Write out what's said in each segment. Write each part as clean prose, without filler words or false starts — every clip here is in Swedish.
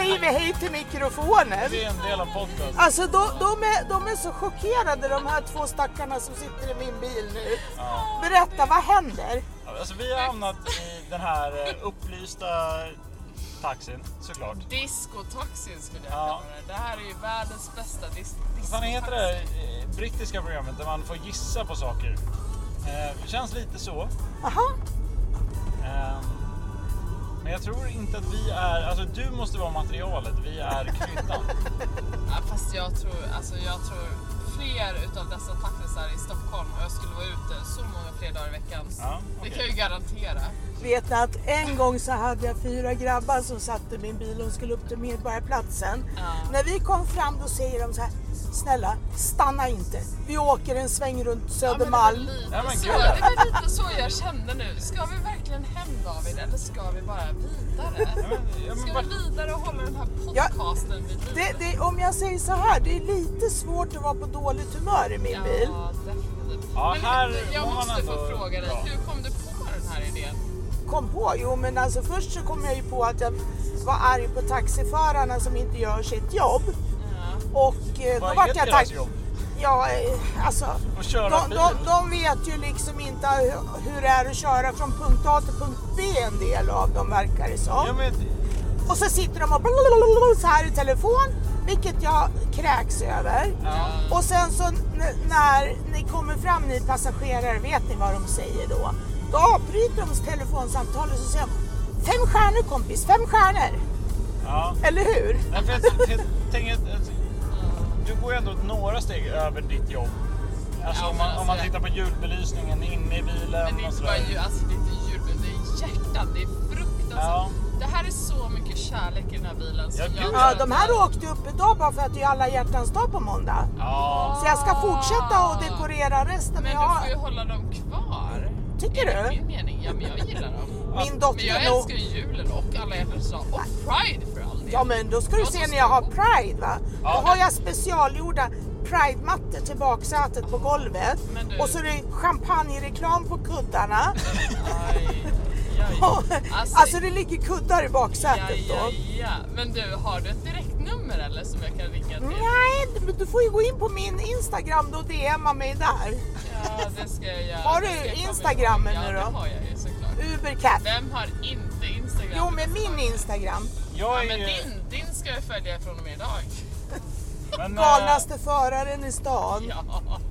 säger vi hej till mikrofonen. Det är en del av podcasten. Alltså de är så chockerade, de här två stackarna som sitter i min bil nu. Ja. Berätta, vad händer? Alltså vi har hamnat i den här upplysta taxin, såklart. Discotaxin skulle jag kalla det. Det här är ju världens bästa discotaxi. Vad heter det brittiska programmet där man får gissa på saker? Det känns lite så. Aha. Men jag tror inte att vi är... Alltså du måste vara materialet, vi är kryddan. Ja, fast jag tror fler utav dessa taxisar i Stockholm, och jag skulle vara ute så många fler dagar i veckan. Ja, okay. Det kan jag ju garantera. Vet ni att en gång så hade jag 4 grabbar som satt i min bil och skulle upp till Medborgarplatsen. Ja. När vi kom fram då säger de så här: snälla, stanna inte. Vi åker en sväng runt Södermalm. Det var lite så jag kände nu. Ska vi verkligen hem, David, eller ska vi bara vidare? Ska vi vidare och hålla den här podcasten vid liv? Om jag säger så här, det är lite svårt att vara på dåligt humör i min bil. Ja, definitivt. Ja, men jag måste få fråga dig, hur kom du på den här idén? Kom på? Jo, men alltså först så kom jag ju på att jag var arg på taxiförarna som inte gör sitt jobb. Ja. Och då var jag deras jobb? Ja, alltså de vet ju liksom inte hur det är att köra från punkt A till punkt B, en del av dem verkar det så. Ja, och så sitter de och så här i telefon, vilket jag kräks över. Ja. Och sen så när ni kommer fram, ni passagerare, vet ni vad de säger då? Då avbryter de telefonsamtalet och så säger de 5 stjärnor kompis, 5 stjärnor. Ja. Eller hur? Nej, för jag tänker att du går ju ändå några steg över ditt jobb. Alltså, om man tittar på ljudbelysningen inne i bilen. Men det är inte bara det är inte ljudbelysning, det är hjärtat, det är fruktansvärt. Ja. Det här är så mycket kärlek i den här bilen. De här åkte upp idag bara för att det är alla hjärtans dag på måndag. Ja. Så jag ska fortsätta och dekorera resten. Men du får ju hålla dem kvar. Tycker du? Det är min mening. Ja, men jag gillar dem. Min dotter men jag älskar ju julen och alla hjärtans dag. Och Pride för all del. Ja, men då ska du se när jag har Pride, va? Ja. Då har jag specialgjorda Pride-mattor till baksätet på golvet. Och så är det champagne-reklam på kuddarna. Alltså det ligger kuddar i baksätet då. Ja. Men du, har du ett direktnummer eller som jag kan ringa till? Nej, men du får ju gå in på min Instagram då, DMa mig där. Ja, det ska jag göra. Har du Instagrammen nu då? Ja, det har jag ju såklart. Ubercat. Vem har inte Instagram? Jo, men min Instagram. Men din ska jag följa från och med idag. Men, galnaste föraren i stan. Ja.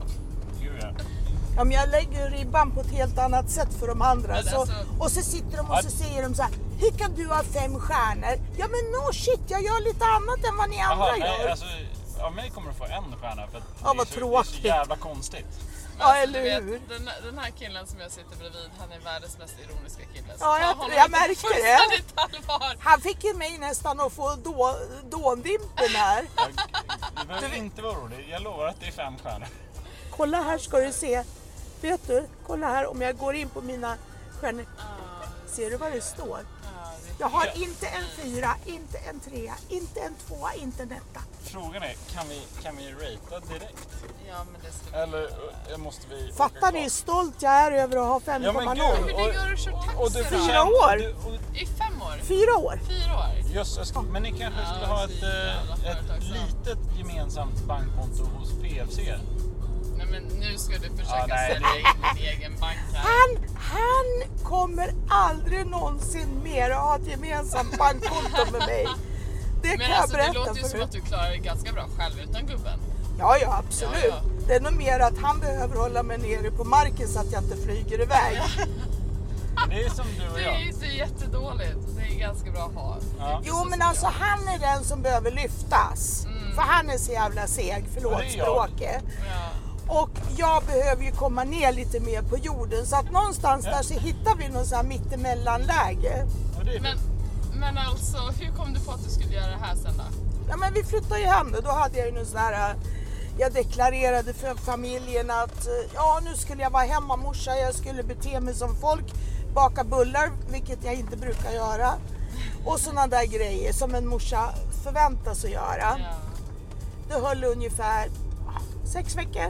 Ja, men jag lägger ribban på ett helt annat sätt för de andra. Och så sitter de och så säger de så här: hur kan du ha 5 stjärnor? Ja, men no shit, jag gör lite annat än vad ni andra gör. Alltså, av mig kommer du få 1 stjärna för att det är så jävla konstigt. Ja, eller hur? Den här killen som jag sitter bredvid, han är världens mest ironiska kille. Ja, jag märker det. Han fick ju mig nästan att få dåndimpen här. Du behöver inte vara orolig, jag lovar att det är 5 stjärnor. Kolla här ska du se. Vet du, kolla här om jag går in på mina stjärnor. Ser du vad det står? Jag har inte en 4, inte en 3, inte en 2, inte en 1. Frågan är, kan vi ratea direkt? Ja, men det ska vi. Eller måste vi... Fattar ni hur stolt jag är över att ha 5,0? Ja, men hur länge har du kört taxi? 4 år. I 5 år? 4 år. 4 år? Just, men ni kanske skulle ha ett litet gemensamt bankkonto hos PFC? Nej, men nu ska du försöka sälja in din egen bank här. Han kommer aldrig någonsin mer att ha ett gemensamt bankkonto med mig. Det kan jag berätta. Det låter ju som att du klarar det ganska bra själv utan gubben. Ja, absolut. Ja. Det är nog mer att han behöver hålla mig nere på marken så att jag inte flyger iväg. Det är som du och jag. Det är inte jättedåligt. Det är ganska bra att ha. Ja. Jo, men alltså han är den som behöver lyftas. För han är så jävla seg, förlåt språket. Ja. Och jag behöver ju komma ner lite mer på jorden. Så att någonstans där så hittar vi någon sån här mittemellanläge. Men alltså, hur kom du på att du skulle göra det här sen då? Ja, men vi flyttade ju hem då hade jag ju någon sån här... Jag deklarerade för familjen att nu skulle jag vara hemmamorsa. Jag skulle bete mig som folk. Baka bullar, vilket jag inte brukar göra. Och såna där grejer som en morsa förväntas att göra. Ja. Det höll ungefär 6 veckor.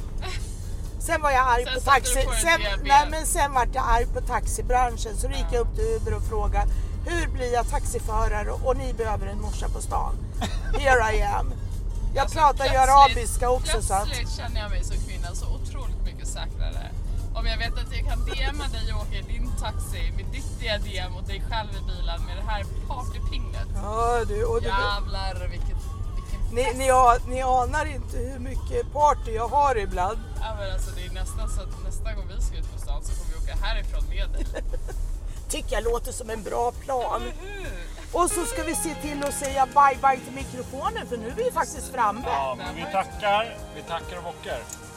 Sen var jag arg på taxi. Sen var jag arg på taxibranschen. Så gick jag upp till Uber och frågade: Hur blir jag taxiförare och ni behöver en morsa på stan? Here I am. Jag alltså, pratar ju arabiska också. Plötsligt känner jag mig som kvinna så otroligt mycket säkrare. Om jag vet att jag kan DMa dig och åka i din taxi med ditt diadem och dig själv i bilen med det här partypinglet. Ja, jävlar vilken ni anar inte hur mycket party jag har ibland. Ja, men alltså det är nästan så att nästa gång vi ska ut på stan så kommer vi åka härifrån med dig. Tycker jag låter som en bra plan. Och så ska vi se till att säga bye bye till mikrofonen för nu är vi faktiskt framme. Ja, men vi tackar och bockar.